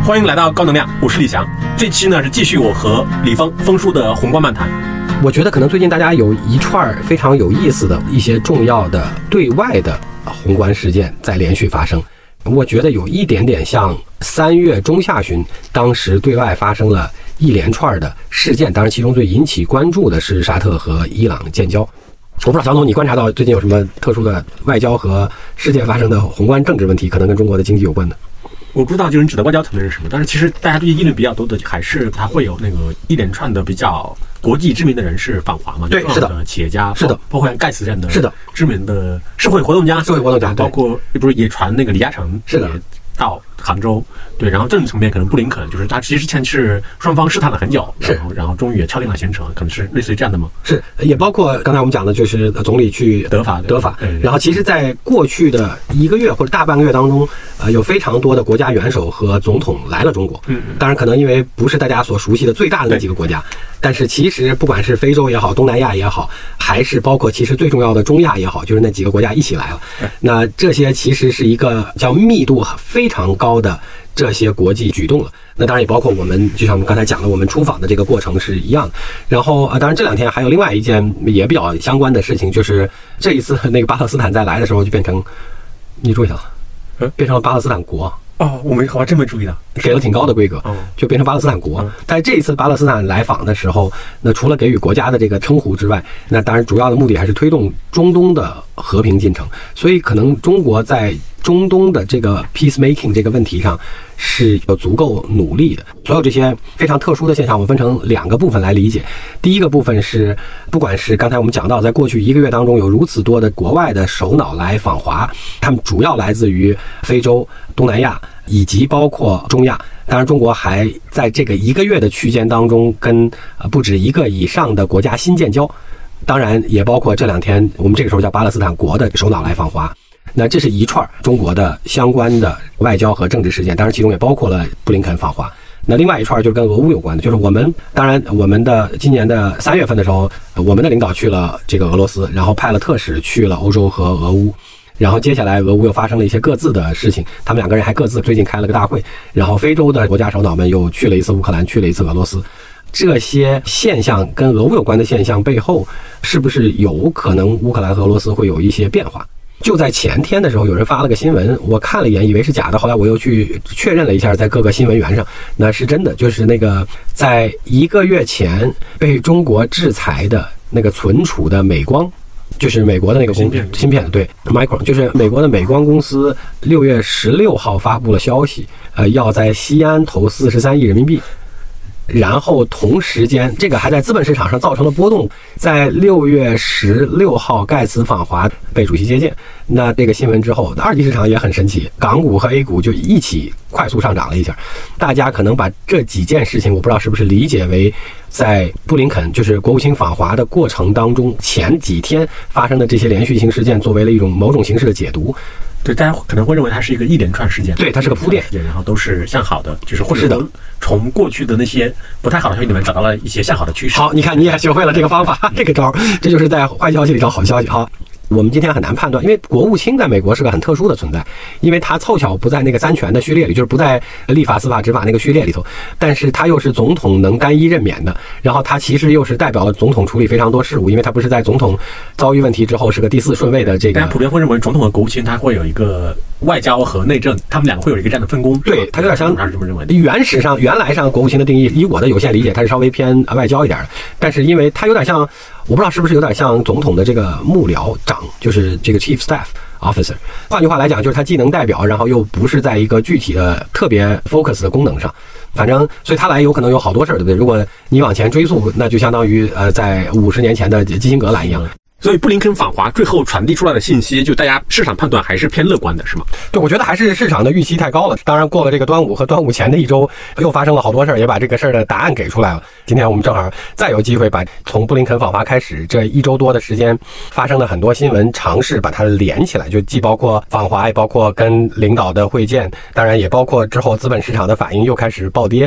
欢迎来到高能量，我是李翔。这期呢是继续我和李峰叔的宏观漫谈。 我觉得可能最近大家有一串非常有意思的一些重要的对外的宏观事件在连续发生。我觉得有一点点像3月中下旬，当时对外发生了一连串的事件，当然其中最引起关注的是沙特和伊朗建交。我不知道小总你观察到最近有什么特殊的外交和世界发生的宏观政治问题，可能跟中国的经济有关的。 我不知道就是你指的外交层面是什么，但是其实大家对议论比较多的还是它会有那个一连串的比较国际知名的人士访华嘛， 对，是的， 企业家， 是的， 包括像盖茨这样的， 是的， 知名的社会活动家，包括不是也传那个李嘉诚， 是的， 到杭州，对，然后政治层面可能布林肯，就是他其实之前是双方试探了很久，然后终于也敲定了行程，可能是类似于这样的吗？ 是，也包括刚才我们讲的就是总理去德法，然后其实在过去的1个月或者大半个月当中，有非常多的国家元首和总统来了中国，当然可能因为不是大家所熟悉的最大的那几个国家，但是其实不管是非洲也好，东南亚也好，还是包括其实最重要的中亚也好，就是那几个国家一起来了。那这些其实是一个叫密度非常高的这些国际举动了。那当然也包括我们就像我们刚才讲的，我们出访的这个过程是一样的。然后当然这2天还有另外一件也比较相关的事情，就是这一次那个巴勒斯坦再来的时候就变成，你注意了，变成了巴勒斯坦国。 哦，我还真没注意到， 给了挺高的规格，就变成巴勒斯坦国。在这一次巴勒斯坦来访的时候，那除了给予国家的这个称呼之外，那当然主要的目的还是推动中东的和平进程。所以可能中国在中东的这个 peacemaking 这个问题上是有足够努力的。所有这些非常特殊的现象，我们分成2个部分来理解。第一个部分是，不管是刚才我们讲到，在过去1个月当中有如此多的国外的首脑来访华，他们主要来自于非洲、东南亚以及包括中亚。当然中国还在这个1个月的区间当中跟不止1个以上的国家新建交，当然也包括这2天我们这个时候叫巴勒斯坦国的首脑来访华。那这是一串中国的相关的外交和政治事件，当然其中也包括了布林肯访华。那另外一串就是跟俄乌有关的，就是我们的今年的3月份的时候，我们的领导去了这个俄罗斯，然后派了特使去了欧洲和俄乌。然后接下来俄乌又发生了一些各自的事情，他们2个人还各自最近开了个大会，然后非洲的国家首脑们又去了一次乌克兰，去了一次俄罗斯。这些现象跟俄乌有关的现象背后，是不是有可能乌克兰和俄罗斯会有一些变化？就在前天的时候，有人发了个新闻，我看了一眼以为是假的，后来我又去确认了一下，在各个新闻源上那是真的，就是那个在1个月前被中国制裁的那个存储的美光，就是美国的那个芯片，对 Micron， 就是美国的美光公司6月16号发布了消息，要在西安投43亿人民币。然后同时间，这个还在资本市场上造成了波动。在6月16号，盖茨访华被主席接见。那这个新闻之后，二级市场也很神奇，港股和 A 股就一起快速上涨了一下。大家可能把这几件事情，我不知道是不是理解为在布林肯就是国务卿访华的过程当中，前几天发生的这些连续性事件，作为了一种某种形式的解读。 对，大家可能会认为它是一个一连串事件， 对，它是个铺垫， 然后都是向好的，就是或者从过去的那些不太好的消息里面找到了一些向好的趋势。 好，你看你也学会了这个方法，这个招，这就是在坏消息里找好消息。好，我们今天很难判断，因为国务卿在美国是个很特殊的存在，因为他凑巧不在那个3权的序列里，就是不在立法、司法、执法那个序列里头，但是他又是总统能单一任免的，然后他其实又是代表了总统处理非常多事务，因为他不是在总统遭遇问题之后是个第4顺位的这个。 大家普遍会认为总统和国务卿他会有一个外交和内政，他们2个会有一个这样的分工。 对，他有点像， 是这么认为的。 原来上国务卿的定义，以我的有限理解，他是稍微偏外交一点的，但是因为他有点像，我不知道是不是有点像总统的这个幕僚长，就是这个 Chief Staff Officer。换句话来讲，就是他既能代表，然后又不是在一个具体的特别 focus 的功能上。反正，所以他来有可能有好多事儿，对不对？如果你往前追溯，那就相当于在50年前的基辛格来一样。 所以布林肯访华最后传递出来的信息，就大家市场判断还是偏乐观的，是吗？ 对，我觉得还是市场的预期太高了。当然，过了这个端午和端午前的1周，又发生了好多事儿，也把这个事儿的答案给出来了。今天我们正好再有机会把从布林肯访华开始这1周多的时间发生的很多新闻，尝试把它连起来，就既包括访华，也包括跟领导的会见，当然也包括之后资本市场的反应又开始暴跌。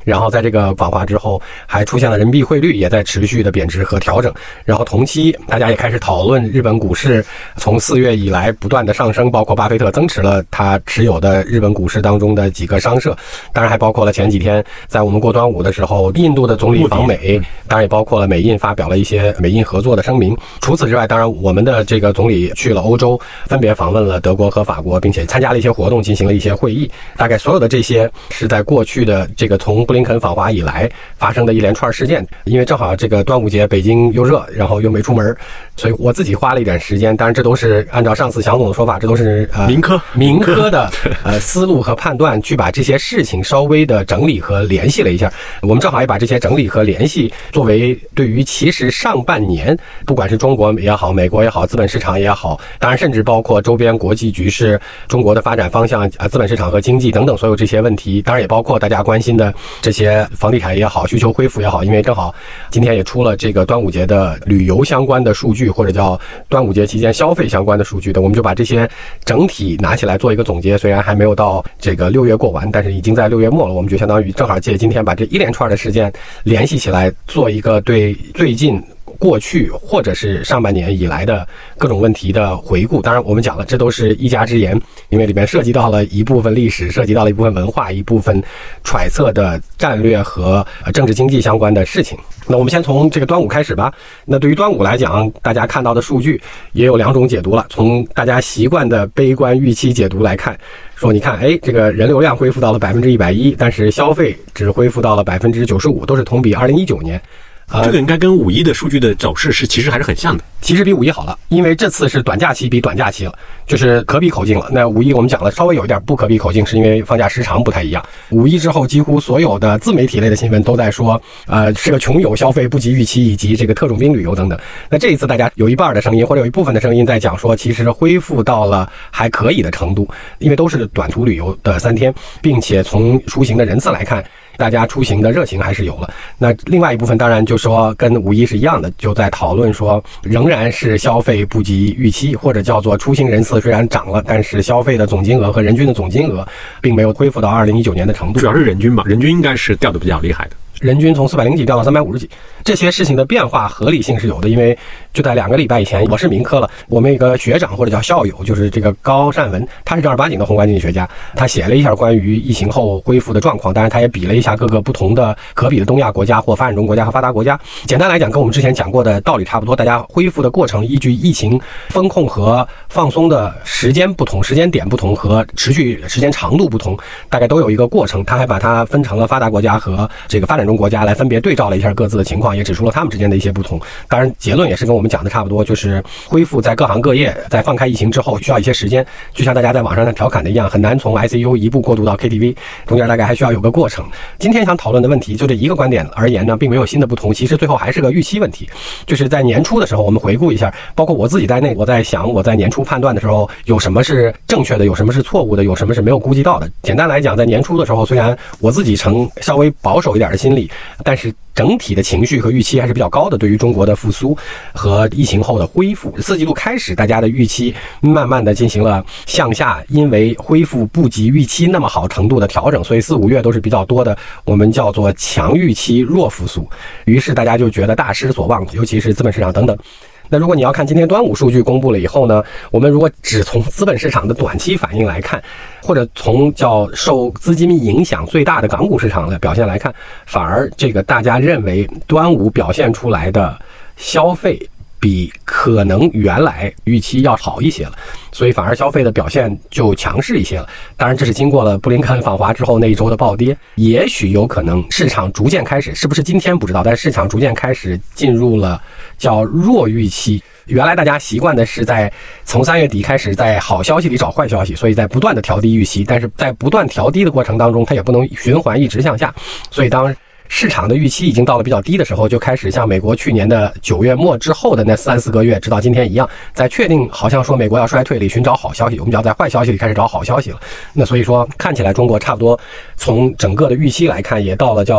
然后在这个访华之后，还出现了人民币汇率也在持续的贬值和调整。然后同期大家也开始讨论日本股市从4月以来不断的上升，包括巴菲特增持了他持有的日本股市当中的几个商社，当然还包括了前几天在我们过端午的时候，印度的总理访美，当然也包括了美印发表了一些美印合作的声明。除此之外，当然我们的这个总理去了欧洲，分别访问了德国和法国，并且参加了一些活动，进行了一些会议。大概所有的这些是在过去的这个从布林肯访华以来发生的一连串事件。因为正好这个端午节北京又热，然后又没出门，所以我自己花了一点时间，当然这都是按照上次祥总的说法，这都是民科的思路和判断，去把这些事情稍微的整理和联系了一下。我们正好也把这些整理和联系作为对于其实上半年不管是中国也好，美国也好，资本市场也好，当然甚至包括周边国际局势、中国的发展方向、资本市场和经济等等所有这些问题，当然也包括大家关心的这些房地产也好，需求恢复也好。因为正好今天也出了这个端午节的旅游相关的数据，或者叫端午节期间消费相关的数据的，我们就把这些整体拿起来做一个总结。虽然还没有到这个6月过完，但是已经在6月末了，我们就相当于正好借今天把这一连串的事件联系起来，做一个对最近过去或者是上半年以来的各种问题的回顾。当然我们讲了，这都是一家之言，因为里面涉及到了一部分历史，涉及到了一部分文化，一部分揣测的战略和政治经济相关的事情。那我们先从这个端午开始吧。那对于端午来讲，大家看到的数据也有2种解读了。从大家习惯的悲观预期解读来看，说你看，这个人流量恢复到了110%，但是消费只恢复到了95%，都是同比2019年。 这个应该跟5·1的数据的走势其实还是很像的。 其实比5·1好了，因为这次是短假期比短假期了，就是可比口径了。那5·1我们讲了，稍微有一点不可比口径，是因为放假时长不太一样。5·1之后，几乎所有的自媒体类的新闻都在说，是个穷游，消费不及预期，以及这个特种兵旅游等等。那这一次大家有一半的声音，或者有一部分的声音在讲说，其实恢复到了还可以的程度，因为都是短途旅游的3天，并且从出行的人次来看，大家出行的热情还是有了。那另外一部分当然就说跟5·1是一样的，就在讨论说仍然是消费不及预期，或者叫做出行人次虽然涨了，但是消费的总金额和人均的总金额并没有恢复到2019年的程度。 主要是人均吧，人均应该是掉的比较厉害的。 人均从400几掉到350几，这些事情的变化合理性是有的。因为就在2个礼拜以前，我是民科了，我们有一个学长或者叫校友，就是这个高善文，他是正儿八经的宏观经济学家，他写了一下关于疫情后恢复的状况，当然他也比了一下各个不同的可比的东亚国家或发展中国家和发达国家。简单来讲，跟我们之前讲过的道理差不多，大家恢复的过程依据疫情风控和放松的时间不同、时间点不同和持续时间长度不同，大概都有一个过程。他还把它分成了发达国家和这个发展中国家来分别对照了一下各自的情况，也指出了他们之间的一些不同。当然结论也是跟我们讲的差不多，就是恢复在各行各业在放开疫情之后需要一些时间，就像大家在网上调侃的一样，很难从 ICU 一步过渡到 KTV， 中间大概还需要有个过程。今天想讨论的问题就这一个观点而言呢，并没有新的不同，其实最后还是个预期问题。就是在年初的时候，我们回顾一下，包括我自己在内，我在想我在年初判断的时候有什么是正确的，有什么是错误的，有什么是没有估计到的。简单来讲，在年初的时候，虽然我自己呈稍微保守一点的心理，但是整体的情绪和预期还是比较高的，对于中国的复苏和疫情后的恢复。4季度开始，大家的预期慢慢的进行了向下，因为恢复不及预期那么好程度的调整，所以4、5月都是比较多的我们叫做强预期弱复苏，于是大家就觉得大失所望，尤其是资本市场等等。那如果你要看今天端午数据公布了以后呢，我们如果只从资本市场的短期反应来看，或者从叫受资金影响最大的港股市场的表现来看，反而这个大家认为端午表现出来的消费比可能原来预期要好一些了，所以反而消费的表现就强势一些了。当然这是经过了布林肯访华之后那一周的暴跌，也许有可能市场逐渐开始，是不是今天不知道，但市场逐渐开始进入了叫弱预期。原来大家习惯的是在从3月底开始在好消息里找坏消息，所以在不断的调低预期，但是在不断调低的过程当中，它也不能循环一直向下，所以当市场的预期已经到了比较低的时候，就开始像美国去年的9月末之后的那3、4个月直到今天一样，在确定好像说美国要衰退里寻找好消息，我们就要在坏消息里开始找好消息了。那所以说看起来中国差不多从整个的预期来看也到了叫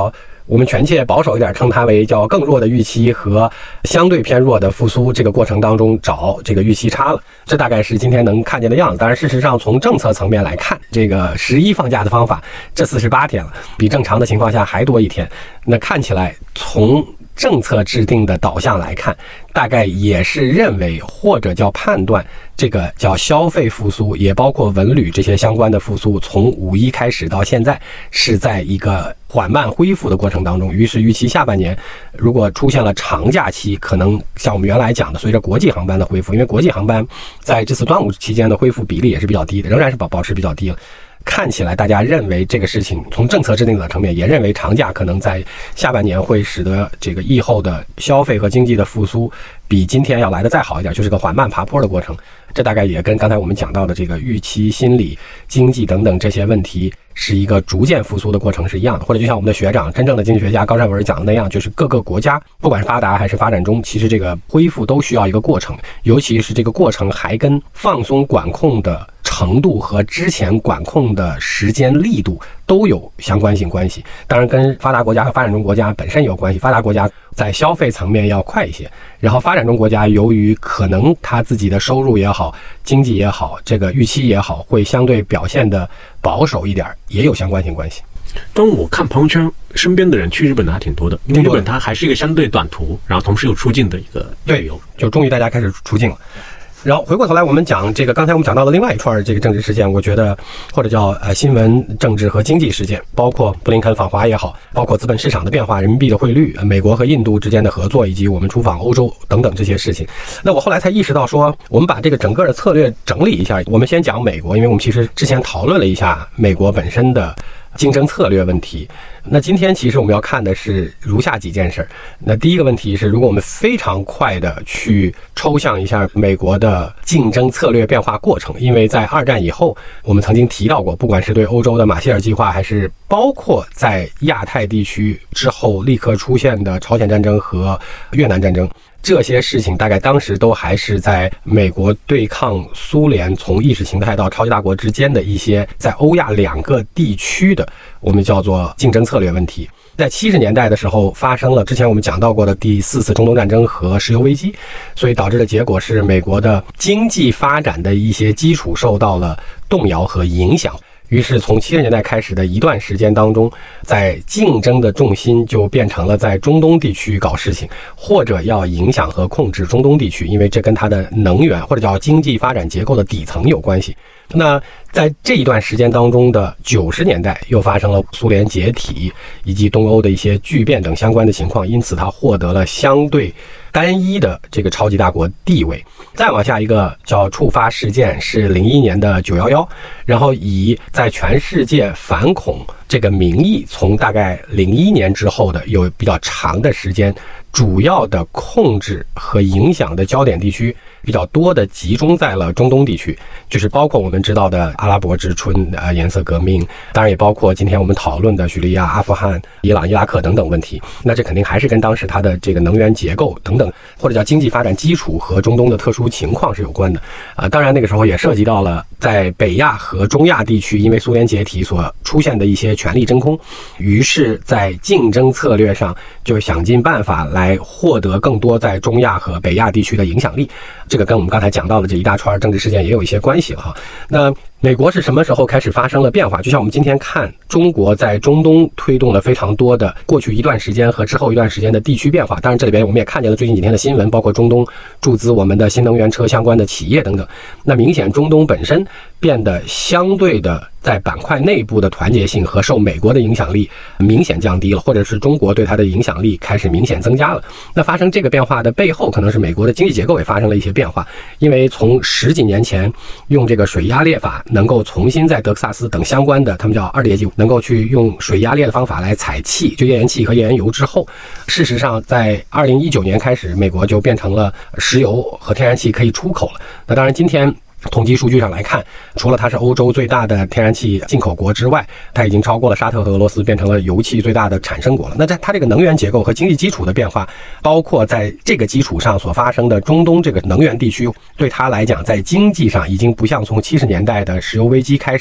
我们权切保守一点称它为叫更弱的预期和相对偏弱的复苏这个过程当中找这个预期差了，这大概是今天能看见的样子。当然事实上从政策层面来看，这个11放假的方法这48天了，比正常的情况下还多一天，那看起来从政策制定的导向来看，大概也是认为或者叫判断这个叫消费复苏，也包括文旅这些相关的复苏，从5·1开始到现在是在一个缓慢恢复的过程当中。于是预期下半年如果出现了长假期，可能像我们原来讲的，随着国际航班的恢复，因为国际航班在这次端午期间的恢复比例也是比较低的，仍然是保持比较低了。看起来大家认为这个事情从政策制定者层面也认为长假可能在下半年会使得这个疫后的消费和经济的复苏比今天要来的再好一点，就是个缓慢爬坡的过程。这大概也跟刚才我们讲到的这个预期心理、经济等等这些问题是一个逐渐复苏的过程是一样的。或者就像我们的学长真正的经济学家高善文讲的那样，就是各个国家不管是发达还是发展中，其实这个恢复都需要一个过程，尤其是这个过程还跟放松管控的程度和之前管控的时间力度都有相关性关系。当然跟发达国家和发展中国家本身也有关系，发达国家在消费层面要快一些，然后发展中国家由于可能他自己的收入也好，经济也好，这个预期也好，会相对表现的保守一点，也有相关性关系。 当我看朋友圈，身边的人去日本的还挺多的，因为日本它还是一个相对短途，然后同时有出境的一个旅游， 就终于大家开始出境了。然后回过头来，我们讲这个刚才我们讲到的另外一串这个政治事件，我觉得或者叫新闻、政治和经济事件，包括布林肯访华也好，包括资本市场的变化、人民币的汇率、美国和印度之间的合作，以及我们出访欧洲等等这些事情。那我后来才意识到说，我们把这个整个的策略整理一下。我们先讲美国，因为我们其实之前讨论了一下美国本身的竞争策略问题。那今天其实我们要看的是如下几件事。那第一个问题是，如果我们非常快的去抽象一下美国的竞争策略变化过程，因为在二战以后，我们曾经提到过，不管是对欧洲的马歇尔计划，还是包括在亚太地区之后立刻出现的朝鲜战争和越南战争，这些事情大概当时都还是在美国对抗苏联从意识形态到超级大国之间的一些在欧亚两个地区的我们叫做竞争策略问题。在70年代的时候发生了之前我们讲到过的第4次中东战争和石油危机，所以导致的结果是美国的经济发展的一些基础受到了动摇和影响。于是从70年代开始的一段时间当中，在竞争的重心就变成了在中东地区搞事情，或者要影响和控制中东地区，因为这跟它的能源或者叫经济发展结构的底层有关系。那在这一段时间当中的90年代又发生了苏联解体以及东欧的一些巨变等相关的情况，因此它获得了相对单一的这个超级大国地位。再往下一个叫触发事件是01年的911，然后以在全世界反恐这个名义，从大概01年之后的有比较长的时间，主要的控制和影响的焦点地区比较多的集中在了中东地区，就是包括我们知道的阿拉伯之春、颜色革命，当然也包括今天我们讨论的叙利亚、阿富汗、伊朗、伊拉克等等问题。那这肯定还是跟当时它的这个能源结构等等，或者叫经济发展基础和中东的特殊情况是有关的。当然那个时候也涉及到了在北亚和中亚地区，因为苏联解体所出现的一些权力真空，于是在竞争策略上就想尽办法来获得更多在中亚和北亚地区的影响力。这个跟我们刚才讲到的这一大串政治事件也有一些关系了哈。那美国是什么时候开始发生了变化？就像我们今天看中国在中东推动了非常多的过去一段时间和之后一段时间的地区变化。当然这里边我们也看见了最近几天的新闻，包括中东注资我们的新能源车相关的企业等等。那明显中东本身变得相对的在板块内部的团结性和受美国的影响力明显降低了，或者是中国对它的影响力开始明显增加了。那发生这个变化的背后，可能是美国的经济结构也发生了一些变化。因为从10几年前用这个水压裂法，能够重新在德克萨斯等相关的他们叫2叠纪，能够去用水压裂的方法来采气，就页岩气和页岩油之后，事实上在2019年开始，美国就变成了石油和天然气可以出口了。那当然今天统计数据上来看，除了它是欧洲最大的天然气进口国之外，它已经超过了沙特和俄罗斯，变成了油气最大的产生国了。那在它这个能源结构和经济基础的变化，包括在这个基础上所发生的中东这个能源地区，对它来讲在经济上已经不像从70年代的石油危机开始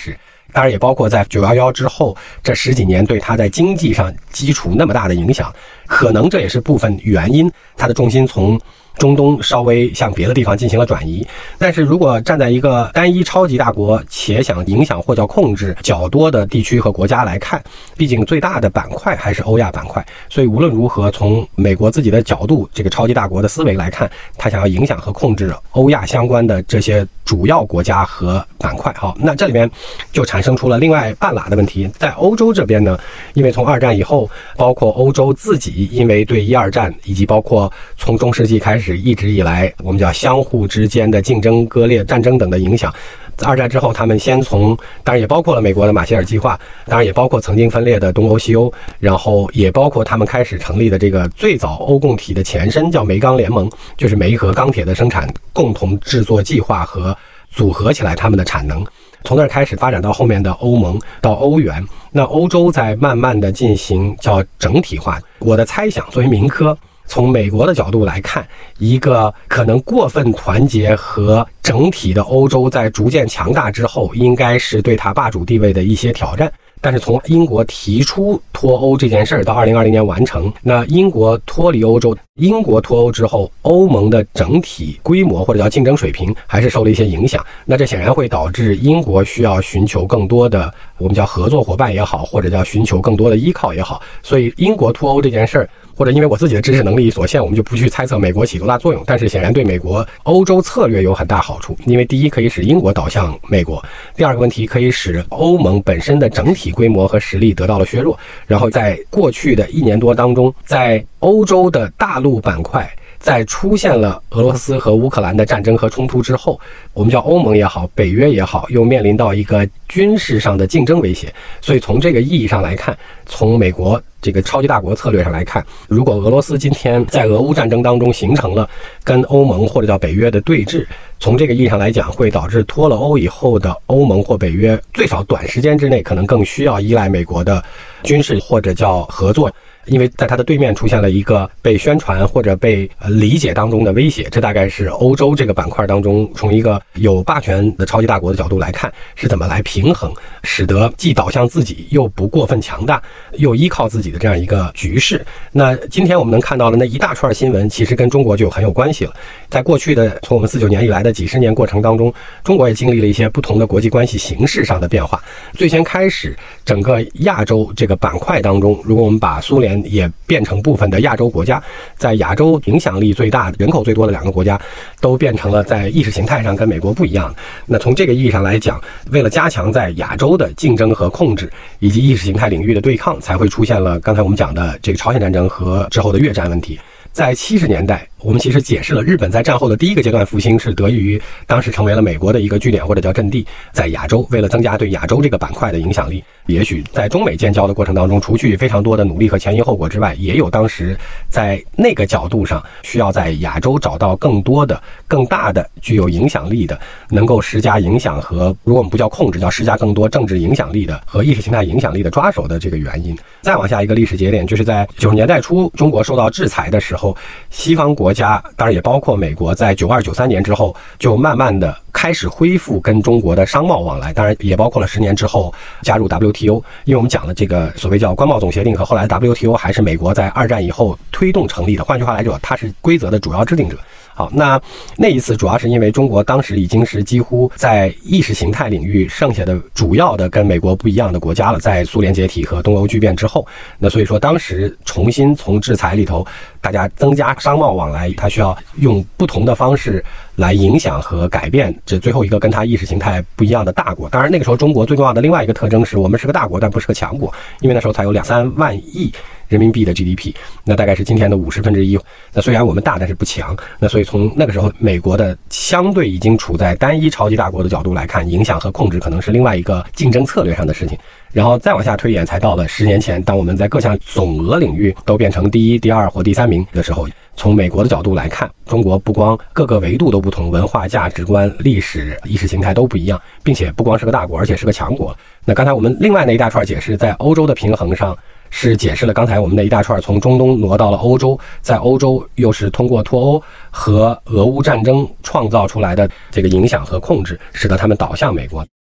当然也包括在911之后这10几年对它在经济上基础那么大的影响，可能这也是部分原因，它的重心从中东稍微向别的地方进行了转移。但是如果站在一个单一超级大国且想影响或叫控制较多的地区和国家来看，毕竟最大的板块还是欧亚板块，所以无论如何从美国自己的角度，这个超级大国的思维来看，他想要影响和控制欧亚相关的这些主要国家和板块。好，那这里面就产生出了另外半拉的问题。在欧洲这边呢，因为从二战以后，包括欧洲自己因为对1、2战以及包括从中世纪开始一直以来我们叫相互之间的竞争、割裂、战争等的影响，二战之后他们先从，当然也包括了美国的马歇尔计划，当然也包括曾经分裂的东欧、西欧，然后也包括他们开始成立的这个最早欧共体的前身叫煤钢联盟，就是煤和钢铁的生产共同制作计划和组合起来他们的产能，从那儿开始发展到后面的欧盟到欧元。那欧洲在慢慢的进行叫整体化。我的猜想作为民科，从美国的角度来看，一个可能过分团结和整体的欧洲在逐渐强大之后，应该是对它霸主地位的一些挑战。但是从英国提出脱欧这件事儿到2020年完成，那英国脱离欧洲，英国脱欧之后，欧盟的整体规模或者叫竞争水平还是受了一些影响。那这显然会导致英国需要寻求更多的我们叫合作伙伴也好，或者叫寻求更多的依靠也好。所以英国脱欧这件事儿，或者因为我自己的知识能力所限，我们就不去猜测美国起多大作用，但是显然对美国欧洲策略有很大好处。因为第一，可以使英国倒向美国；第二个问题，可以使欧盟本身的整体规模和实力得到了削弱。然后在过去的1年多当中，在欧洲的大陆板块在出现了俄罗斯和乌克兰的战争和冲突之后，我们叫欧盟也好，北约也好，又面临到一个军事上的竞争威胁。所以从这个意义上来看，从美国这个超级大国策略上来看，如果俄罗斯今天在俄乌战争当中形成了跟欧盟或者叫北约的对峙，从这个意义上来讲，会导致脱了欧以后的欧盟或北约最少短时间之内可能更需要依赖美国的军事或者叫合作。因为在它的对面出现了一个被宣传或者被理解当中的威胁，这大概是欧洲这个板块当中从一个有霸权的超级大国的角度来看，是怎么来平衡，使得既导向自己又不过分强大，又依靠自己的这样一个局势。那今天我们能看到的那一大串新闻，其实跟中国就很有关系了。在过去的从我们49年以来的几十年过程当中，中国也经历了一些不同的国际关系形势上的变化。最先开始，整个亚洲这个板块当中，如果我们把苏联也变成部分的亚洲国家，在亚洲影响力最大的、人口最多的2个国家，都变成了在意识形态上跟美国不一样。那从这个意义上来讲，为了加强在亚洲的竞争和控制，以及意识形态领域的对抗，才会出现了刚才我们讲的这个朝鲜战争和之后的越战问题。在70年代，我们其实解释了日本在战后的第一个阶段复兴是得益于当时成为了美国的一个据点或者叫阵地，在亚洲，为了增加对亚洲这个板块的影响力，也许在中美建交的过程当中，除去非常多的努力和前因后果之外，也有当时在那个角度上需要在亚洲找到更多的、更大的、具有影响力的，能够施加影响和如果我们不叫控制，叫施加更多政治影响力的和意识形态影响力的抓手的这个原因。再往下一个历史节点，就是在90年代初，中国受到制裁的时候，西方国家当然也包括美国，在92、93年之后就慢慢的开始恢复跟中国的商贸往来，当然也包括了10年之后加入 WTO。 因为我们讲了这个所谓叫关贸总协定和后来 WTO 还是美国在二战以后推动成立的，换句话来说，它是规则的主要制定者。好，那一次主要是因为中国当时已经是几乎在意识形态领域剩下的主要的跟美国不一样的国家了，在苏联解体和东欧剧变之后，那所以说当时重新从制裁里头大家增加商贸往来，它需要用不同的方式来影响和改变这最后一个跟它意识形态不一样的大国。当然那个时候中国最重要的另外一个特征是我们是个大国但不是个强国，因为那时候才有2、3万亿人民币的 GDP， 那大概是今天的1/50。那虽然我们大，但是不强。那所以从那个时候，美国的相对已经处在单一超级大国的角度来看，影响和控制可能是另外一个竞争策略上的事情。然后再往下推演，才到了10年前，当我们在各项总额领域都变成第1、第2或第3名的时候，从美国的角度来看，中国不光各个维度都不同，文化、价值观、历史、意识形态都不一样，并且不光是个大国，而且是个强国。那刚才我们另外那一大串解释，在欧洲的平衡上是解释了刚才我们的一大串从中东挪到了欧洲，在欧洲又是通过脱欧和俄乌战争创造出来的这个影响和控制，使得他们倒向美国。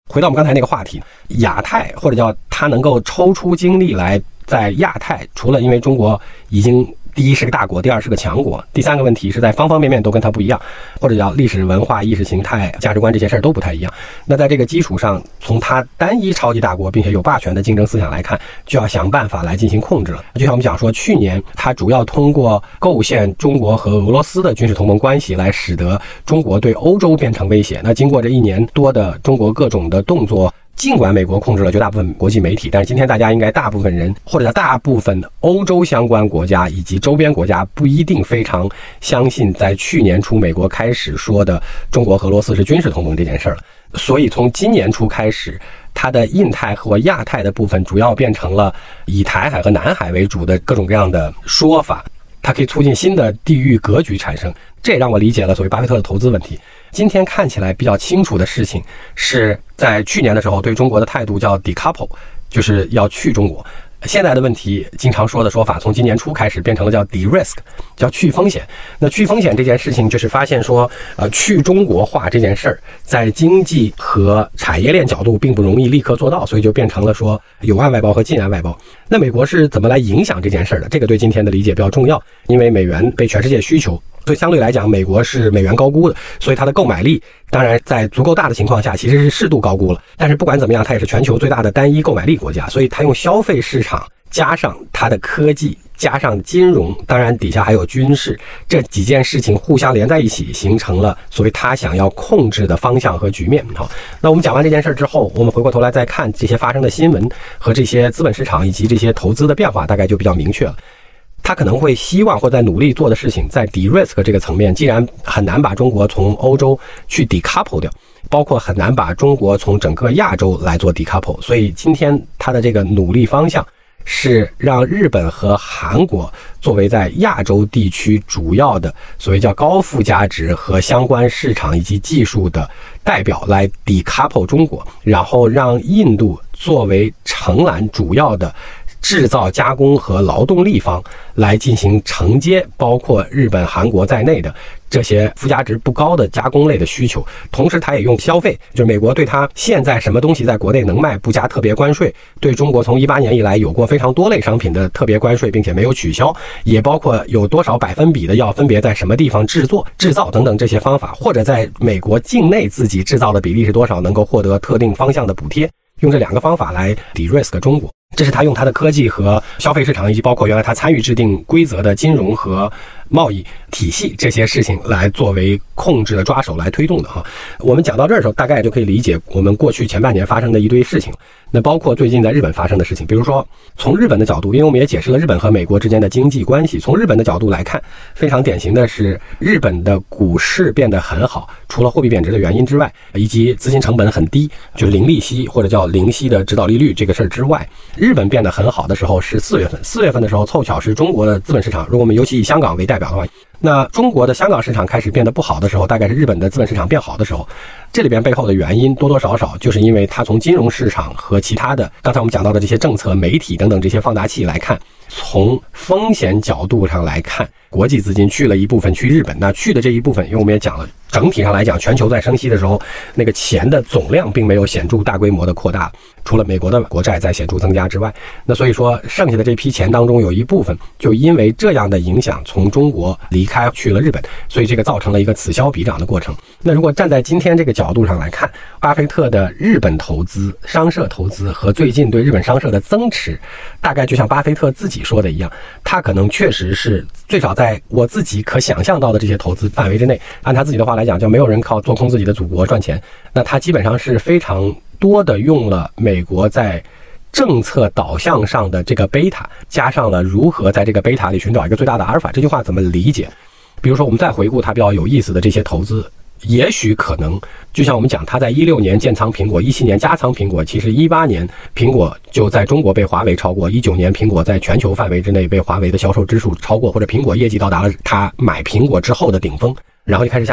回到我们刚才那个话题，亚太或者叫它能够抽出精力来在亚太，除了因为中国已经第一是个大国，第二是个强国，第三个问题是在方方面面都跟它不一样，或者叫历史文化、意识形态、价值观这些事儿都不太一样。那在这个基础上，从它单一超级大国并且有霸权的竞争思想来看，就要想办法来进行控制了。就像我们讲说，去年它主要通过构陷中国和俄罗斯的军事同盟关系来使得中国对欧洲变成威胁。那经过这1年多的中国各种的动作，尽管美国控制了绝大部分国际媒体，但是今天大家应该大部分人或者大部分欧洲相关国家以及周边国家不一定非常相信在去年初美国开始说的中国和俄罗斯是军事同盟这件事了。所以从今年初开始，它的印太和亚太的部分主要变成了以台海和南海为主的各种各样的说法，它可以促进新的地域格局产生。这也让我理解了所谓巴菲特的投资问题。今天看起来比较清楚的事情是在去年的时候对中国的态度叫 decouple， 就是要去中国。现在的问题经常说的说法从今年初开始变成了叫 de-risk， 叫去风险。那去风险这件事情就是发现说去中国化这件事儿在经济和产业链角度并不容易立刻做到，所以就变成了说有岸外包和近岸外包。那美国是怎么来影响这件事儿的？这个对今天的理解比较重要，因为美元被全世界需求，所以相对来讲美国是美元高估的，所以它的购买力当然在足够大的情况下其实是适度高估了。但是不管怎么样，它也是全球最大的单一购买力国家，所以它用消费市场加上它的科技加上金融，当然底下还有军事，这几件事情互相连在一起，形成了所谓他想要控制的方向和局面。好，那我们讲完这件事之后，我们回过头来再看这些发生的新闻和这些资本市场以及这些投资的变化，大概就比较明确了。他可能会希望或在努力做的事情，在 de-risk 这个层面，既然很难把中国从欧洲去 decouple 掉，包括很难把中国从整个亚洲来做 decouple， 所以今天他的这个努力方向是让日本和韩国作为在亚洲地区主要的所谓叫高附加值和相关市场以及技术的代表来 decouple 中国，然后让印度作为承揽主要的制造加工和劳动力方来进行承接包括日本韩国在内的这些附加值不高的加工类的需求。同时它也用消费，就是美国对它现在什么东西在国内能卖不加特别关税，对中国从18年以来有过非常多类商品的特别关税并且没有取消，也包括有多少%的要分别在什么地方制造等等这些方法，或者在美国境内自己制造的比例是多少能够获得特定方向的补贴，用这2个方法来 de-risk 中国。这是他用他的科技和消费市场以及包括原来他参与制定规则的金融和贸易体系这些事情来作为控制的抓手来推动的哈。我们讲到这儿的时候，大概就可以理解我们过去前半年发生的一堆事情。那包括最近在日本发生的事情，比如说从日本的角度，因为我们也解释了日本和美国之间的经济关系，从日本的角度来看，非常典型的是日本的股市变得很好，除了货币贬值的原因之外，以及资金成本很低，就是零利息或者叫零息的指导利率这个事儿之外，日本变得很好的时候是4月份。4月份的时候凑巧是中国的资本市场，如果我们尤其以香港为代表的话，那中国的香港市场开始变得不好的时候，大概是日本的资本市场变好的时候。这里边背后的原因多多少少就是因为它从金融市场和其他的刚才我们讲到的这些政策、媒体等等这些放大器来看，从风险角度上来看，国际资金去了一部分去日本，那去的这一部分，因为我们也讲了，整体上来讲，全球在升息的时候，那个钱的总量并没有显著大规模的扩大，除了美国的国债在显著增加之外，那所以说剩下的这批钱当中有一部分就因为这样的影响从中国离开去了日本，所以这个造成了一个此消彼长的过程。那如果站在今天这个角度上来看，巴菲特的日本投资、商社投资和最近对日本商社的增持，大概就像巴菲特自己说的一样，他可能确实是最少在我自己可想象到的这些投资范围之内，按他自己的话来讲，叫没有人靠做空自己的祖国赚钱。那他基本上是非常多的用了美国在政策导向上的这个贝塔，加上了如何在这个贝塔里寻找一个最大的阿尔法。这句话怎么理解？比如说我们再回顾他比较有意思的这些投资，也许可能就像我们讲，他在16年建仓苹果，17年加仓苹果，其实18年苹果就在中国被华为超过，19年苹果在全球范围之内被华为的销售支数超过，或者苹果业绩到达了他买苹果之后的顶峰，然后就开始下降。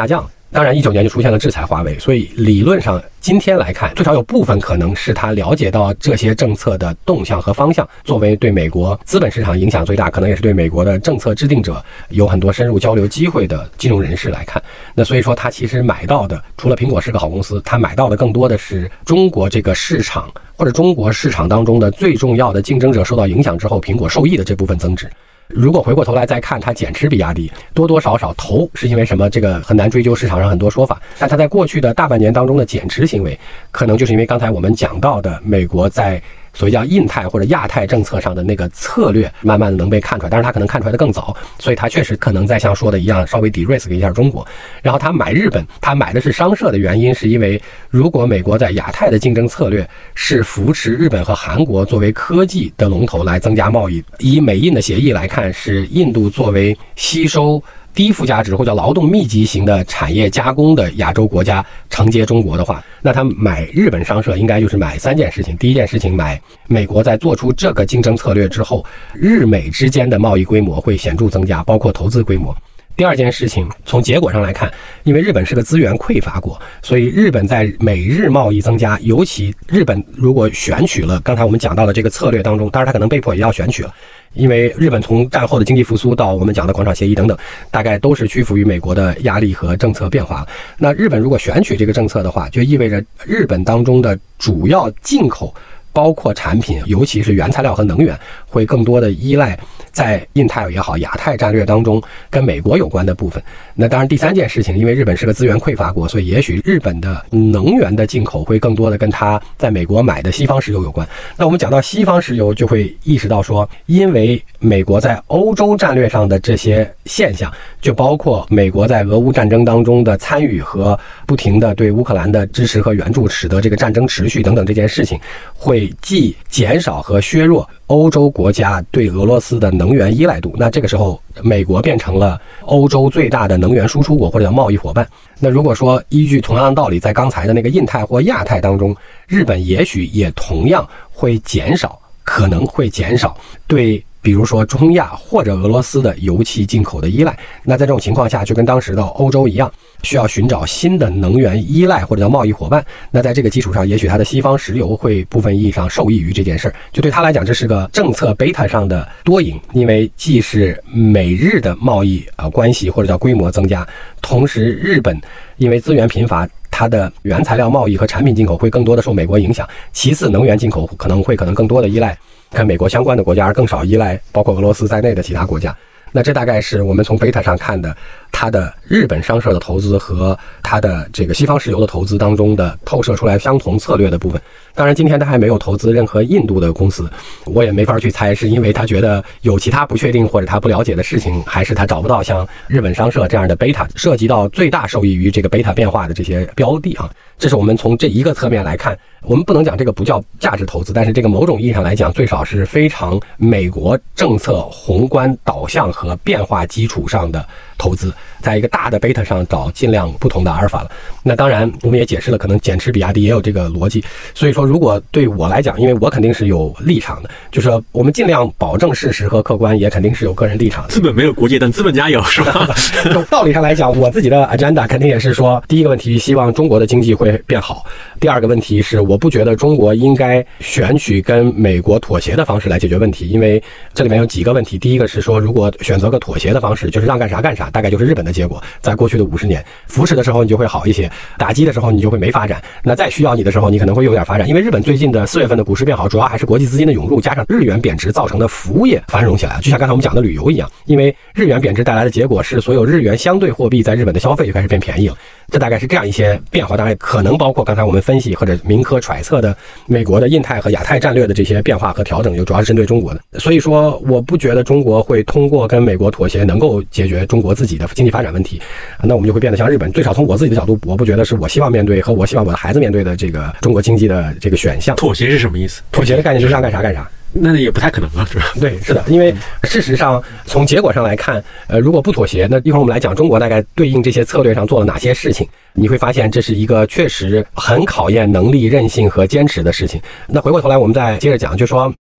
当然19年就出现了制裁华为，所以理论上今天来看，最少有部分可能是他了解到这些政策的动向和方向，作为对美国资本市场影响最大，可能也是对美国的政策制定者有很多深入交流机会的金融人士来看，那所以说他其实买到的，除了苹果是个好公司，他买到的更多的是中国这个市场，或者中国市场当中的最重要的竞争者受到影响之后，苹果受益的这部分增值。如果回过头来再看它减持比亚迪，多多少少投是因为什么，这个很难追究，市场上很多说法，但它在过去的大半年当中的减持行为，可能就是因为刚才我们讲到的美国在所谓叫印太或者亚太政策上的那个策略慢慢的能被看出来，但是他可能看出来的更早，所以他确实可能在像说的一样稍微de-risk一下中国。然后他买日本，他买的是商社的原因是因为如果美国在亚太的竞争策略是扶持日本和韩国作为科技的龙头来增加贸易，以美印的协议来看，是印度作为吸收低附加值或者劳动密集型的产业加工的亚洲国家承接中国的话，那他买日本商社应该就是买3件事情。第一件事情，买美国在做出这个竞争策略之后，日美之间的贸易规模会显著增加，包括投资规模。第二件事情，从结果上来看，因为日本是个资源匮乏国，所以日本在美日贸易增加，尤其日本如果选取了刚才我们讲到的这个策略当中，当然他可能被迫也要选取了，因为日本从战后的经济复苏到我们讲的广场协议等等，大概都是屈服于美国的压力和政策变化。那日本如果选取这个政策的话，就意味着日本当中的主要进口包括产品，尤其是原材料和能源，会更多的依赖在印太也好亚太战略当中跟美国有关的部分。那当然第三件事情，因为日本是个资源匮乏国，所以也许日本的能源的进口会更多的跟它在美国买的西方石油有关。那我们讲到西方石油，就会意识到说，因为美国在欧洲战略上的这些现象，就包括美国在俄乌战争当中的参与和不停的对乌克兰的支持和援助，使得这个战争持续等等这件事情，会既减少和削弱欧洲国家对俄罗斯的能源依赖度。那这个时候美国变成了欧洲最大的能源输出国或者叫贸易伙伴。那如果说依据同样的道理，在刚才的那个印太或亚太当中，日本也许也同样会减少，可能会减少对比如说中亚或者俄罗斯的油气进口的依赖。那在这种情况下，就跟当时的欧洲一样，需要寻找新的能源依赖或者叫贸易伙伴。那在这个基础上，也许它的西方石油会部分意义上受益于这件事儿。就对他来讲，这是个政策贝塔上的多赢，因为既是美日的贸易关系或者叫规模增加，同时日本因为资源贫乏，它的原材料贸易和产品进口会更多的受美国影响。其次，能源进口可能更多的依赖跟美国相关的国家，而更少依赖包括俄罗斯在内的其他国家。那这大概是我们从贝塔上看的它的日本商社的投资和它的这个西方石油的投资当中的透射出来相同策略的部分。当然今天他还没有投资任何印度的公司，我也没法去猜是因为他觉得有其他不确定或者他不了解的事情，还是他找不到像日本商社这样的贝塔涉及到最大受益于这个贝塔变化的这些标的啊。这是我们从这一个侧面来看，我们不能讲这个不叫价值投资，但是这个某种意义上来讲，最少是非常美国政策宏观导向和变化基础上的投资，在一个大的贝塔上找尽量不同的阿尔法了。那当然我们也解释了，可能减持比亚迪也有这个逻辑。所以说如果对我来讲，因为我肯定是有立场的，就是说我们尽量保证事实和客观，也肯定是有个人立场的。 资本没有国界，但资本家有，是吧？ 从道理上来讲，我自己的 agenda 肯定也是说，第一个问题希望中国的经济会变好，第二个问题是我不觉得中国应该选取跟美国妥协的方式来解决问题，因为这里面有几个问题。第一个是说，如果选择个妥协的方式，就是让干啥干啥，大概就是日本的结果。在过去的50年，扶持的时候你就会好一些，打击的时候你就会没发展，那再需要你的时候你可能会有点发展。因为日本最近的4月份的股市变好，主要还是国际资金的涌入加上日元贬值造成的服务业繁荣起来了，就像刚才我们讲的旅游一样，因为日元贬值带来的结果是所有日元相对货币在日本的消费就开始变便宜了。这大概是这样一些变化，当然可能包括刚才我们分析或者民科揣测的美国的印太和亚太战略的这些变化和调整，就主要是针对中国的。所以说我不觉得中国会通过跟美国妥协能够解决中国自己的经济发展问题，那我们就会变得像日本。最少从我自己的角度，我不觉得是我希望面对和我希望我的孩子面对的这个中国经济的这个选项。 妥协是什么意思？ 妥协的概念就是让干啥干啥。 那也不太可能了，是吧？ 对，是的，因为事实上从结果上来看，如果不妥协，那一会儿我们来讲中国大概对应这些策略上做了哪些事情，你会发现这是一个确实很考验能力、韧性和坚持的事情。那回过头来我们再接着讲，就说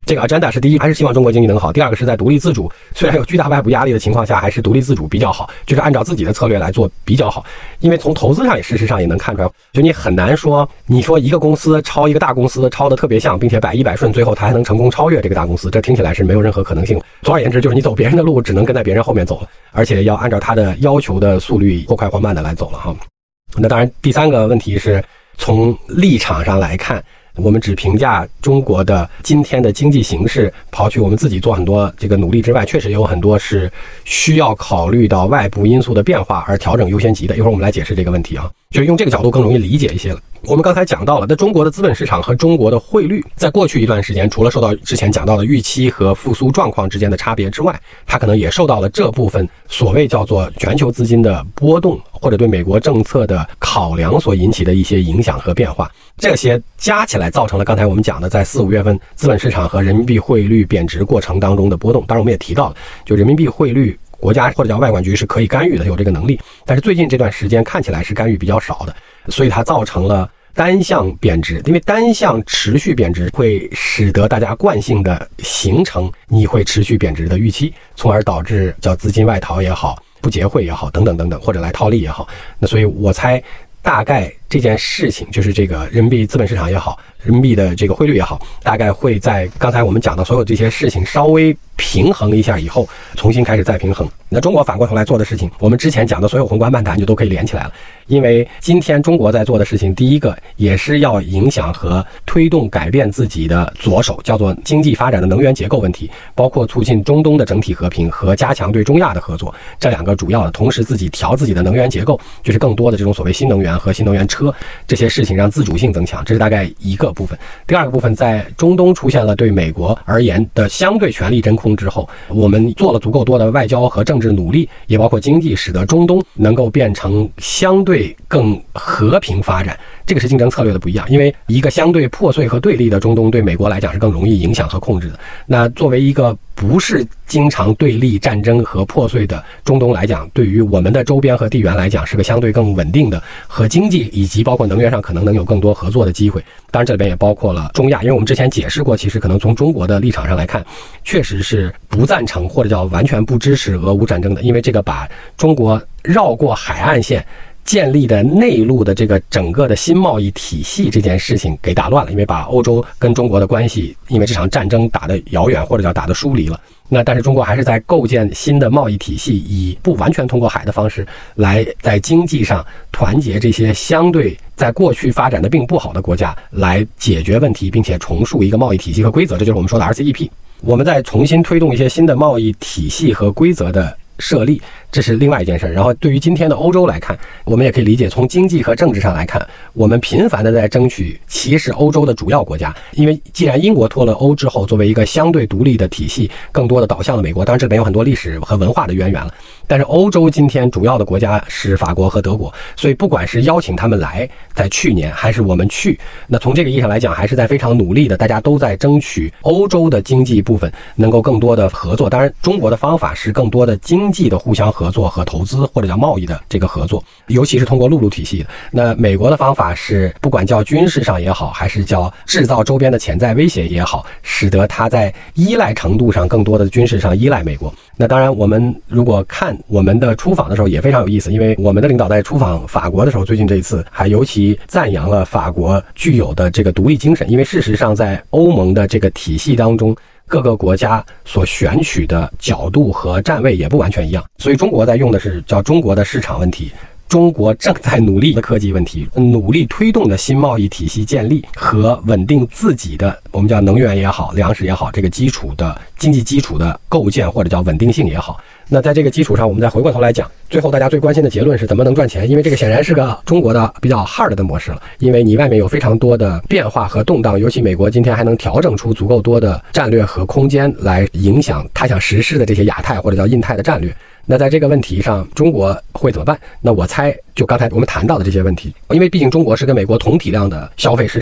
这个 agenda 是第一，还是希望中国经济能好；第二个是在独立自主，虽然有巨大外部压力的情况下，还是独立自主比较好，就是按照自己的策略来做比较好。因为从投资上也事实上也能看出来，就你很难说，你说一个公司抄一个大公司抄的特别像，并且百依百顺，最后它还能成功超越这个大公司，这听起来是没有任何可能性。总而言之，就是你走别人的路，只能跟在别人后面走了，而且要按照他的要求的速率或快或慢的来走了哈。那当然，第三个问题是从立场上来看。我们只评价中国的今天的经济形势，刨去我们自己做很多这个努力之外，确实有很多是需要考虑到外部因素的变化而调整优先级的。一会儿我们来解释这个问题啊，就是用这个角度更容易理解一些了。我们刚才讲到了，那中国的资本市场和中国的汇率，在过去一段时间，除了受到之前讲到的预期和复苏状况之间的差别之外，它可能也受到了这部分所谓叫做全球资金的波动，或者对美国政策的考量所引起的一些影响和变化。这些加起来造成了刚才我们讲的在4、5月份资本市场和人民币汇率贬值过程当中的波动。当然我们也提到了，就人民币汇率国家或者叫外管局是可以干预的，有这个能力，但是最近这段时间看起来是干预比较少的，所以它造成了单向贬值。因为单向持续贬值会使得大家惯性的形成你会持续贬值的预期，从而导致叫资金外逃也好，不结汇也好，等等等等，或者来套利也好。那所以我猜大概这件事情就是这个人民币资本市场也好，人民币的这个汇率也好，大概会在刚才我们讲的所有这些事情稍微平衡一下以后，重新开始再平衡。那中国反过头来做的事情，我们之前讲的所有宏观漫谈就都可以连起来了。因为今天中国在做的事情，第一个也是要影响和推动改变自己的左手，叫做经济发展的能源结构问题，包括促进中东的整体和平和加强对中亚的合作，这两个主要的。同时自己调自己的能源结构，就是更多的这种所谓新能源和新能源车这些事情，让自主性增强，这是大概一个部分。第二个部分，在中东出现了对美国而言的相对权力真空之后，我们做了足够多的外交和政治努力，也包括经济，使得中东能够变成相对更和平发展。这个是竞争策略的不一样，因为一个相对破碎和对立的中东对美国来讲是更容易影响和控制的。那作为一个不是经常对立、战争和破碎的中东来讲，对于我们的周边和地缘来讲是个相对更稳定的，和经济以及包括能源上可能有更多合作的机会。当然这里边也包括了中亚，因为我们之前解释过，其实可能从中国的立场上来看，确实是不赞成或者叫完全不支持俄乌战争的，因为这个把中国绕过海岸线建立的内陆的这个整个的新贸易体系这件事情给打乱了，因为把欧洲跟中国的关系因为这场战争打得遥远或者叫打得疏离了。那但是中国还是在构建新的贸易体系，以不完全通过海的方式来在经济上团结这些相对在过去发展的并不好的国家，来解决问题，并且重塑一个贸易体系和规则，这就是我们说的 RCEP。我们再重新推动一些新的贸易体系和规则的设立，这是另外一件事。然后对于今天的欧洲来看，我们也可以理解，从经济和政治上来看，我们频繁的在争取其实欧洲的主要国家，因为既然英国脱了欧之后，作为一个相对独立的体系，更多的导向了美国，当然这里面有很多历史和文化的渊源了。但是欧洲今天主要的国家是法国和德国，所以不管是邀请他们来，在去年还是我们去，那从这个意义上来讲，还是在非常努力的，大家都在争取欧洲的经济部分能够更多的合作。当然中国的方法是更多的经济的互相合作和投资，或者叫贸易的这个合作，尤其是通过陆路体系的。那美国的方法是不管叫军事上也好，还是叫制造周边的潜在威胁也好，使得它在依赖程度上更多的军事上依赖美国。那当然我们如果看我们的出访的时候也非常有意思，因为我们的领导在出访法国的时候，最近这一次还尤其赞扬了法国具有的这个独立精神。因为事实上在欧盟的这个体系当中，各个国家所选取的角度和站位也不完全一样，所以中国在用的是叫中国的市场问题，中国正在努力的科技问题，努力推动的新贸易体系建立和稳定自己的我们叫能源也好，粮食也好，这个基础的经济基础的构建或者叫稳定性也好。那在这个基础上，我们再回过头来讲，最后大家最关心的结论是怎么能赚钱，因为这个显然是个中国的比较 hard 的模式了，因为你外面有非常多的变化和动荡，尤其美国今天还能调整出足够多的战略和空间来影响他想实施的这些亚太或者叫印太的战略。那在这个问题上，中国会怎么办？那我猜就刚才我们谈到的这些问题，因为毕竟中国是跟美国同体量的消费市场，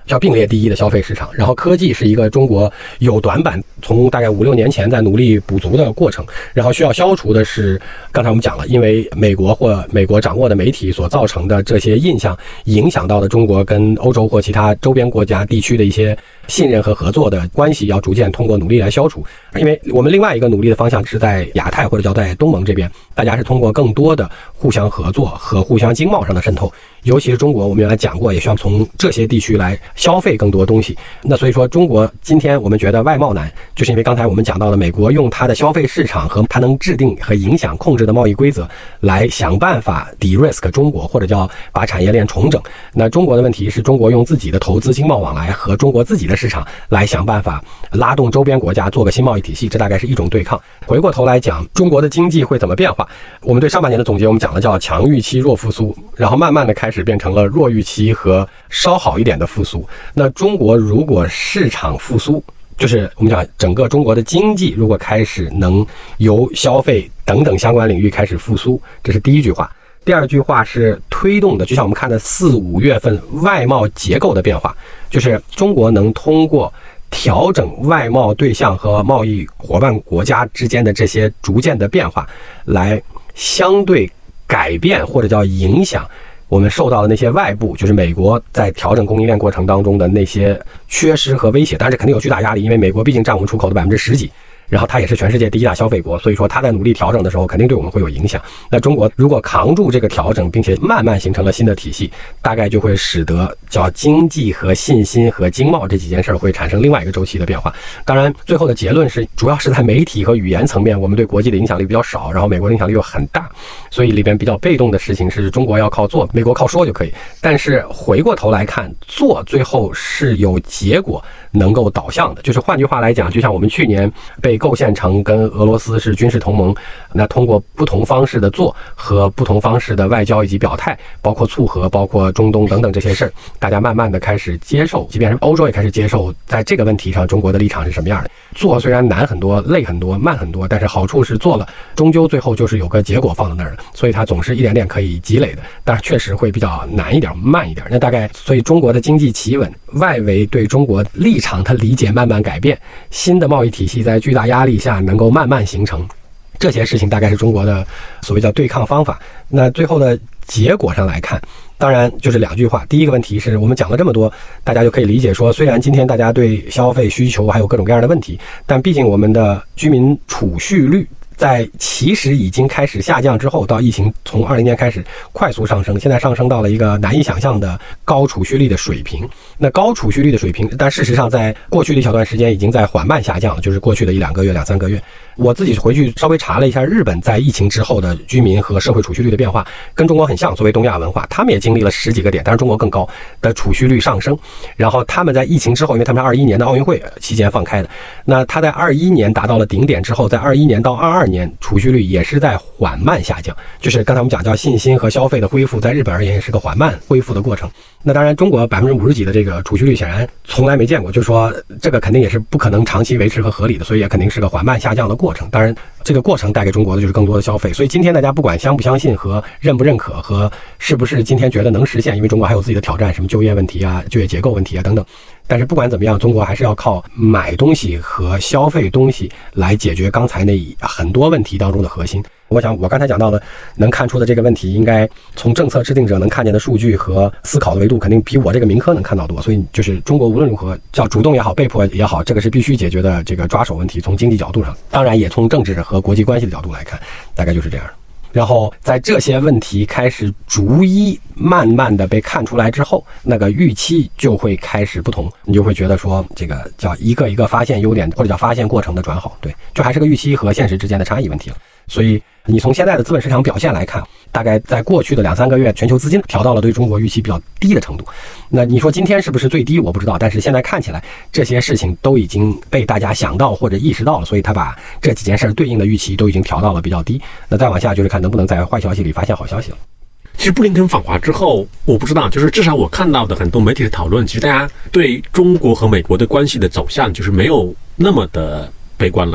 叫并列第一的消费市场。然后科技是一个中国有短板，从大概5-6年前在努力补足的过程。然后需要消除的是，刚才我们讲了，因为美国或美国掌握的媒体所造成的这些印象，影响到的中国跟欧洲或其他周边国家地区的一些信任和合作的关系，要逐渐通过努力来消除。因为我们另外一个努力的方向是在亚太或者叫在东盟这边，大家是通过更多的互相合作和互相经贸上的渗透，尤其是中国，我们原来讲过，也需要从这些地区来消费更多东西。那所以说，中国今天我们觉得外贸难，就是因为刚才我们讲到的，美国用它的消费市场和它能制定和影响控制的贸易规则来想办法de-risk中国，或者叫把产业链重整。那中国的问题是，中国用自己的投资经贸往来和中国自己的市场来想办法拉动周边国家做个新贸易体系，这大概是一种对抗。回过头来讲，中国的经济会怎么变化？我们对上半年的总结，我们讲的叫强预期弱复苏，然后慢慢的开始变成了弱预期和稍好一点的复苏。那中国如果市场复苏，就是我们讲整个中国的经济如果开始能由消费等等相关领域开始复苏，这是第一句话。第二句话是推动的，就像我们看的4-5月份外贸结构的变化，就是中国能通过调整外贸对象和贸易伙伴国家之间的这些逐渐的变化，来相对改变或者叫影响我们受到的那些外部，就是美国在调整供应链过程当中的那些缺失和威胁。但是肯定有巨大压力，因为美国毕竟占我们出口的10%几，然后它也是全世界第一大消费国，所以说它在努力调整的时候肯定对我们会有影响。那中国如果扛住这个调整，并且慢慢形成了新的体系，大概就会使得叫经济和信心和经贸这几件事会产生另外一个周期的变化。当然最后的结论是，主要是在媒体和语言层面，我们对国际的影响力比较少，然后美国的影响力又很大，所以里边比较被动的事情是中国要靠做，美国靠说就可以。但是回过头来看，做最后是有结果能够导向的。就是换句话来讲，就像我们去年被构陷成跟俄罗斯是军事同盟，那通过不同方式的做和不同方式的外交以及表态，包括促和，包括中东等等这些事儿，大家慢慢的开始接受，即便是欧洲也开始接受，在这个问题上中国的立场是什么样的。做虽然难很多，累很多，慢很多，但是好处是做了终究最后就是有个结果放在那儿，所以它总是一点点可以积累的，但是确实会比较难一点，慢一点。那大概所以中国的经济企稳，外围对中国立场的理解慢慢改变，新的贸易体系在巨大压力下能够慢慢形成，这些事情大概是中国的所谓叫对抗方法。那最后的结果上来看，当然就是2句话。第一个问题是我们讲了这么多，大家就可以理解说，虽然今天大家对消费需求还有各种各样的问题，但毕竟我们的居民储蓄率在其实已经开始下降之后，到疫情从20年开始快速上升，现在上升到了一个难以想象的高储蓄率的水平。那高储蓄率的水平，但事实上在过去的一小段时间已经在缓慢下降了，就是过去的1-2个月、2-3个月。我自己回去稍微查了一下日本在疫情之后的居民和社会储蓄率的变化，跟中国很像。作为东亚文化，他们也经历了10几个点，但是中国更高的储蓄率上升。然后他们在疫情之后，因为他们是21年的奥运会期间放开的，那他在21年达到了顶点之后，在21年到22年储蓄率也是在缓慢下降，就是刚才我们讲叫信心和消费的恢复，在日本而言也是个缓慢恢复的过程。那当然中国50%几的这个储蓄率显然从来没见过，就是说这个肯定也是不可能长期维持和合理的，所以也肯定是个缓慢下降的过程。当然这个过程带给中国的就是更多的消费，所以今天大家不管相不相信和认不认可和是不是今天觉得能实现，因为中国还有自己的挑战，什么就业问题啊、就业结构问题啊等等，但是不管怎么样，中国还是要靠买东西和消费东西来解决刚才那很多问题当中的核心。我想我刚才讲到的能看出的这个问题，应该从政策制定者能看见的数据和思考的维度肯定比我这个民科能看到多，所以就是中国无论如何叫主动也好被迫也好，这个是必须解决的这个抓手问题，从经济角度上，当然也从政治和国际关系的角度来看，大概就是这样。然后在这些问题开始逐一慢慢的被看出来之后，那个预期就会开始不同，你就会觉得说这个叫一个一个发现优点，或者叫发现过程的转好，对，就还是个预期和现实之间的差异问题了。所以你从现在的资本市场表现来看，大概在过去的2-3个月，全球资金调到了对中国预期比较低的程度。那你说今天是不是最低我不知道，但是现在看起来这些事情都已经被大家想到或者意识到了，所以他把这几件事对应的预期都已经调到了比较低。那再往下就是看能不能在坏消息里发现好消息了。 其实布林肯访华之后，我不知道，就是至少我看到的很多媒体的讨论，其实大家对中国和美国的关系的走向就是没有那么的悲观了。 对，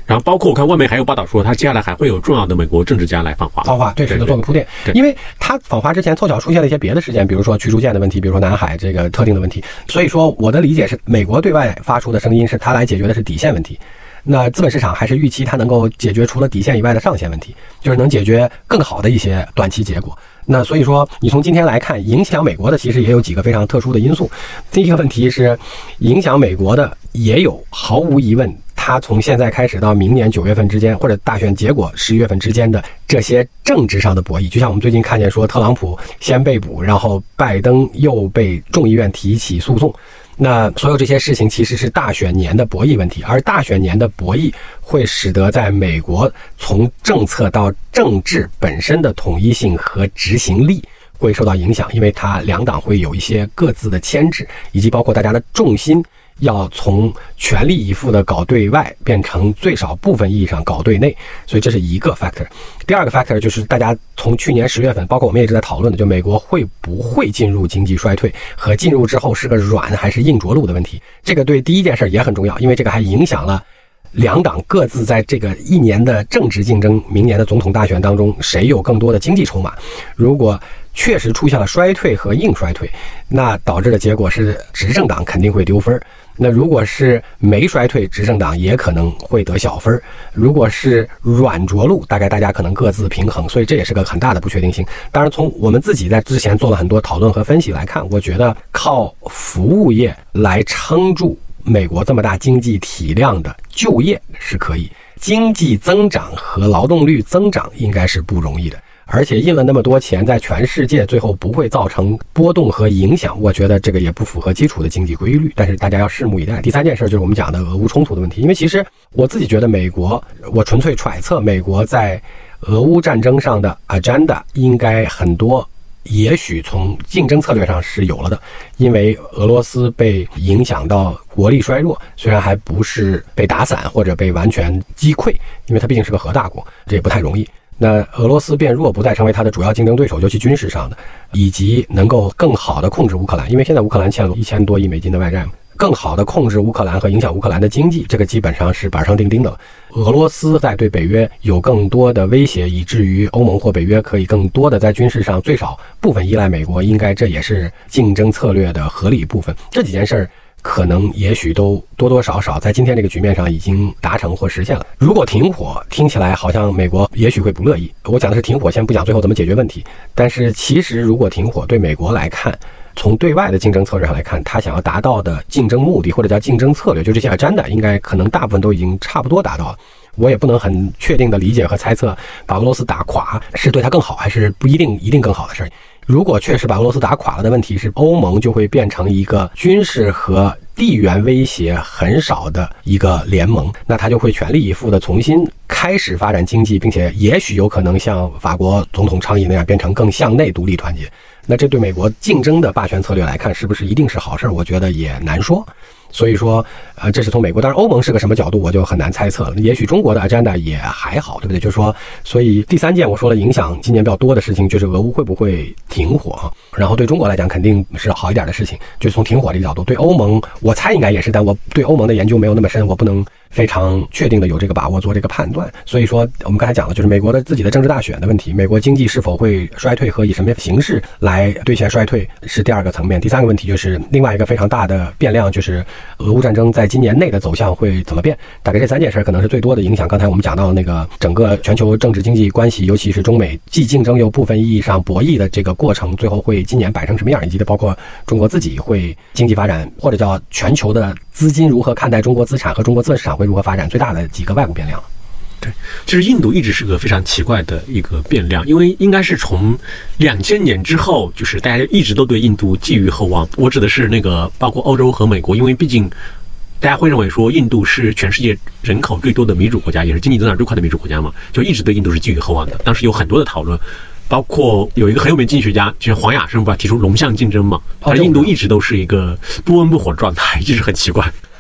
然后包括我看外面还有报道说，他接下来还会有重要的美国政治家来访华。 对，是的，做个铺垫。因为他访华之前凑巧出现了一些别的事件，比如说驱逐舰的问题，比如说南海这个特定的问题。所以说我的理解是，美国对外发出的声音是他来解决的是底线问题。那资本市场还是预期它能够解决除了底线以外的上限问题，就是能解决更好的一些短期结果。那所以说，你从今天来看，影响美国的其实也有几个非常特殊的因素。第一个问题是，影响美国的也有毫无疑问，它从现在开始到明年9月份之间，或者大选结果11月份之间的这些政治上的博弈，就像我们最近看见说，特朗普先被捕，然后拜登又被众议院提起诉讼。那所有这些事情其实是大选年的博弈问题，而大选年的博弈会使得在美国从政策到政治本身的统一性和执行力会受到影响，因为它两党会有一些各自的牵制，以及包括大家的重心要从全力以赴的搞对外变成最少部分意义上搞对内，所以这是一个 factor。 第二个 factor 就是大家从去年10月份，包括我们也一直在讨论的，就美国会不会进入经济衰退和进入之后是个软还是硬着陆的问题。这个对第一件事也很重要，因为这个还影响了两党各自在这个一年的政治竞争，明年的总统大选当中谁有更多的经济筹码。如果确实出现了衰退和硬衰退，那导致的结果是执政党肯定会丢分。那如果是没衰退，执政党也可能会得小分；如果是软着陆，大概大家可能各自平衡，所以这也是个很大的不确定性。当然，从我们自己在之前做了很多讨论和分析来看，我觉得靠服务业来撑住美国这么大经济体量的就业是可以，经济增长和劳动率增长应该是不容易的。而且印了那么多钱，在全世界最后不会造成波动和影响，我觉得这个也不符合基础的经济规律，但是大家要拭目以待。第三件事就是我们讲的俄乌冲突的问题，因为其实我自己觉得美国，我纯粹揣测美国在俄乌战争上的 agenda 应该很多也许从竞争策略上是有了的，因为俄罗斯被影响到国力衰弱，虽然还不是被打散或者被完全击溃，因为它毕竟是个核大国，这也不太容易。那俄罗斯变弱，不再成为它的主要竞争对手，尤其军事上的，以及能够更好的控制乌克兰，因为现在乌克兰欠了1000多亿美金的外债嘛，更好的控制乌克兰和影响乌克兰的经济，这个基本上是板上钉钉的了。俄罗斯在对北约有更多的威胁，以至于欧盟或北约可以更多的在军事上最少部分依赖美国，应该这也是竞争策略的合理部分。这几件事儿可能也许都多多少少在今天这个局面上已经达成或实现了。如果停火，听起来好像美国也许会不乐意，我讲的是停火，先不讲最后怎么解决问题。但是其实如果停火，对美国来看，从对外的竞争策略上来看，他想要达到的竞争目的或者叫竞争策略，就这些agenda应该可能大部分都已经差不多达到了。我也不能很确定的理解和猜测把俄罗斯打垮是对他更好还是不一定更好的事儿。如果确实把俄罗斯打垮了的问题是，欧盟就会变成一个军事和地缘威胁很少的一个联盟，那他就会全力以赴的重新开始发展经济，并且也许有可能像法国总统倡议那样变成更向内独立团结。那这对美国竞争的霸权策略来看，是不是一定是好事？我觉得也难说。所以说，这是从美国，当然欧盟是个什么角度，我就很难猜测了。也许中国的 agenda 也还好，对不对？就是说，所以第三件我说了，影响今年比较多的事情就是俄乌会不会停火，然后对中国来讲肯定是好一点的事情，就是从停火这个角度。对欧盟，我猜应该也是，但我对欧盟的研究没有那么深，我不能非常确定的有这个把握做这个判断。所以说，我们刚才讲的就是美国的自己的政治大选的问题，美国经济是否会衰退和以什么形式来兑现衰退是第二个层面。第三个问题就是另外一个非常大的变量，就是俄乌战争在今年内的走向会怎么变？大概这三件事可能是最多的影响。刚才我们讲到那个整个全球政治经济关系，尤其是中美既竞争又部分意义上博弈的这个过程，最后会今年摆成什么样，以及包括中国自己会经济发展，或者叫全球的资金如何看待中国资产和中国资本市场会如何发展，最大的几个外部变量。 对，其实印度一直是个非常奇怪的一个变量，因为应该是从2000年之后，就是大家一直都对印度寄予厚望。我指的是那个包括欧洲和美国，因为毕竟大家会认为说印度是全世界人口最多的民主国家，也是经济增长最快的民主国家嘛，就一直对印度是寄予厚望的。当时有很多的讨论，包括有一个很有名的经济学家，就是黄雅生吧，提出龙象竞争嘛，但印度一直都是一个不温不火的状态，一直很奇怪。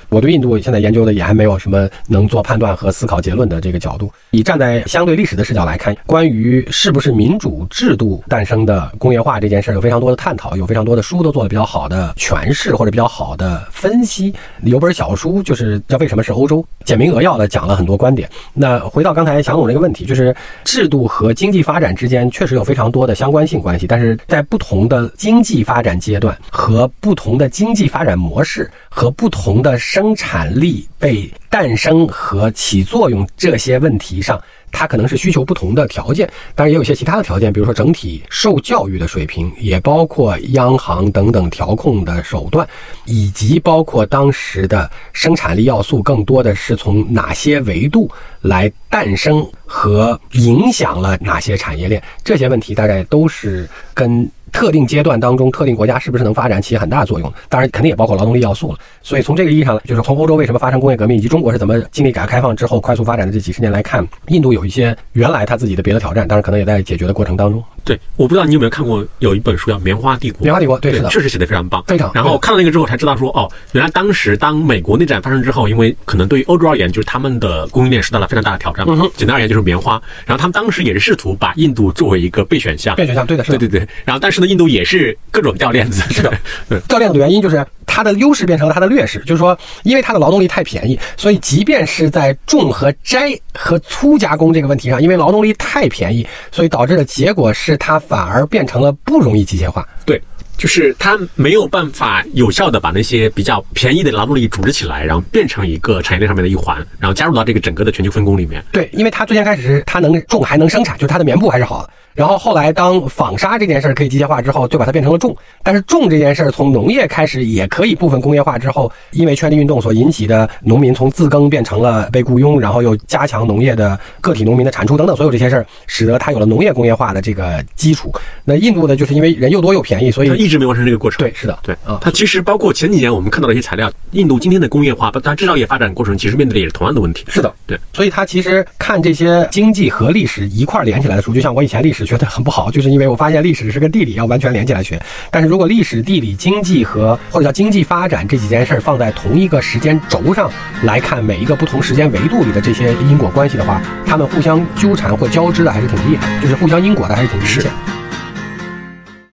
我对印度现在研究的也还没有什么能做判断和思考结论的这个角度。以站在相对历史的视角来看，关于是不是民主制度诞生的工业化这件事有非常多的探讨，有非常多的书都做了比较好的诠释或者比较好的分析。有本小书就是叫《为什么是欧洲》，简明扼要的讲了很多观点。那回到刚才祥总这个问题，就是制度和经济发展之间确实有非常多的相关性关系，但是在不同的经济发展阶段和不同的经济发展模式和不同的生产力被诞生和起作用这些问题上，它可能是需求不同的条件，当然也有一些其他的条件，比如说整体受教育的水平，也包括央行等等调控的手段，以及包括当时的生产力要素更多的是从哪些维度来诞生和影响了哪些产业链，这些问题大概都是跟特定阶段当中特定国家是不是能发展起很大作用，当然肯定也包括劳动力要素了。所以从这个意义上，就是从欧洲为什么发生工业革命，以及中国是怎么经历改革开放之后快速发展的这几十年来看，印度有一些原来他自己的别的挑战，当然可能也在解决的过程当中。 对，我不知道你有没有看过有一本书叫《棉花帝国》。 棉花帝国，对，是的， 确实写得非常棒， 非常。 然后看到那个之后才知道说，哦，原来当时当美国内战发生之后，因为可能对于欧洲而言，就是他们的供应链受到了非常大的挑战嘛。简单而言就是棉花。然后他们当时也是试图把印度作为一个备选项。 备选项，对的，是的， 对。然后但是呢，印度也是各种掉链子。 是的，掉链子的原因就是它的优势变成了它的劣势，就是说，因为它的劳动力太便宜，所以即便是在种和摘和粗加工这个问题上，因为劳动力太便宜，所以导致的结果是它反而变成了不容易机械化。 对。就是它没有办法有效的把那些比较便宜的劳动力组织起来，然后变成一个产业链上面的一环，然后加入到这个整个的全球分工里面。 对，因为它最先开始是它能种还能生产，就是它的棉布还是好的。然后后来当纺纱这件事可以机械化之后，就把它变成了种。但是种这件事从农业开始也可以部分工业化之后，因为圈地运动所引起的农民从自耕变成了被雇佣，然后又加强农业的个体农民的产出等等，所有这些事儿使得它有了农业工业化的这个基础。那印度的就是因为人又多又便宜，所以它一直没完成这个过程。 对，是的， 对啊。它其实包括前几年我们看到的一些材料，印度今天的工业化，它制造业发展过程其实面对的也是同样的问题。 是的， 对。 所以它其实看这些经济和历史一块连起来的书，就像我以前历史学得很不好，就是因为我发现历史是跟地理要完全连起来学。但是如果历史、地理、经济和或者叫经济发展这几件事放在同一个时间轴上来看，每一个不同时间维度里的这些因果关系的话，它们互相纠缠或交织的还是挺厉害，就是互相因果的还是挺明显。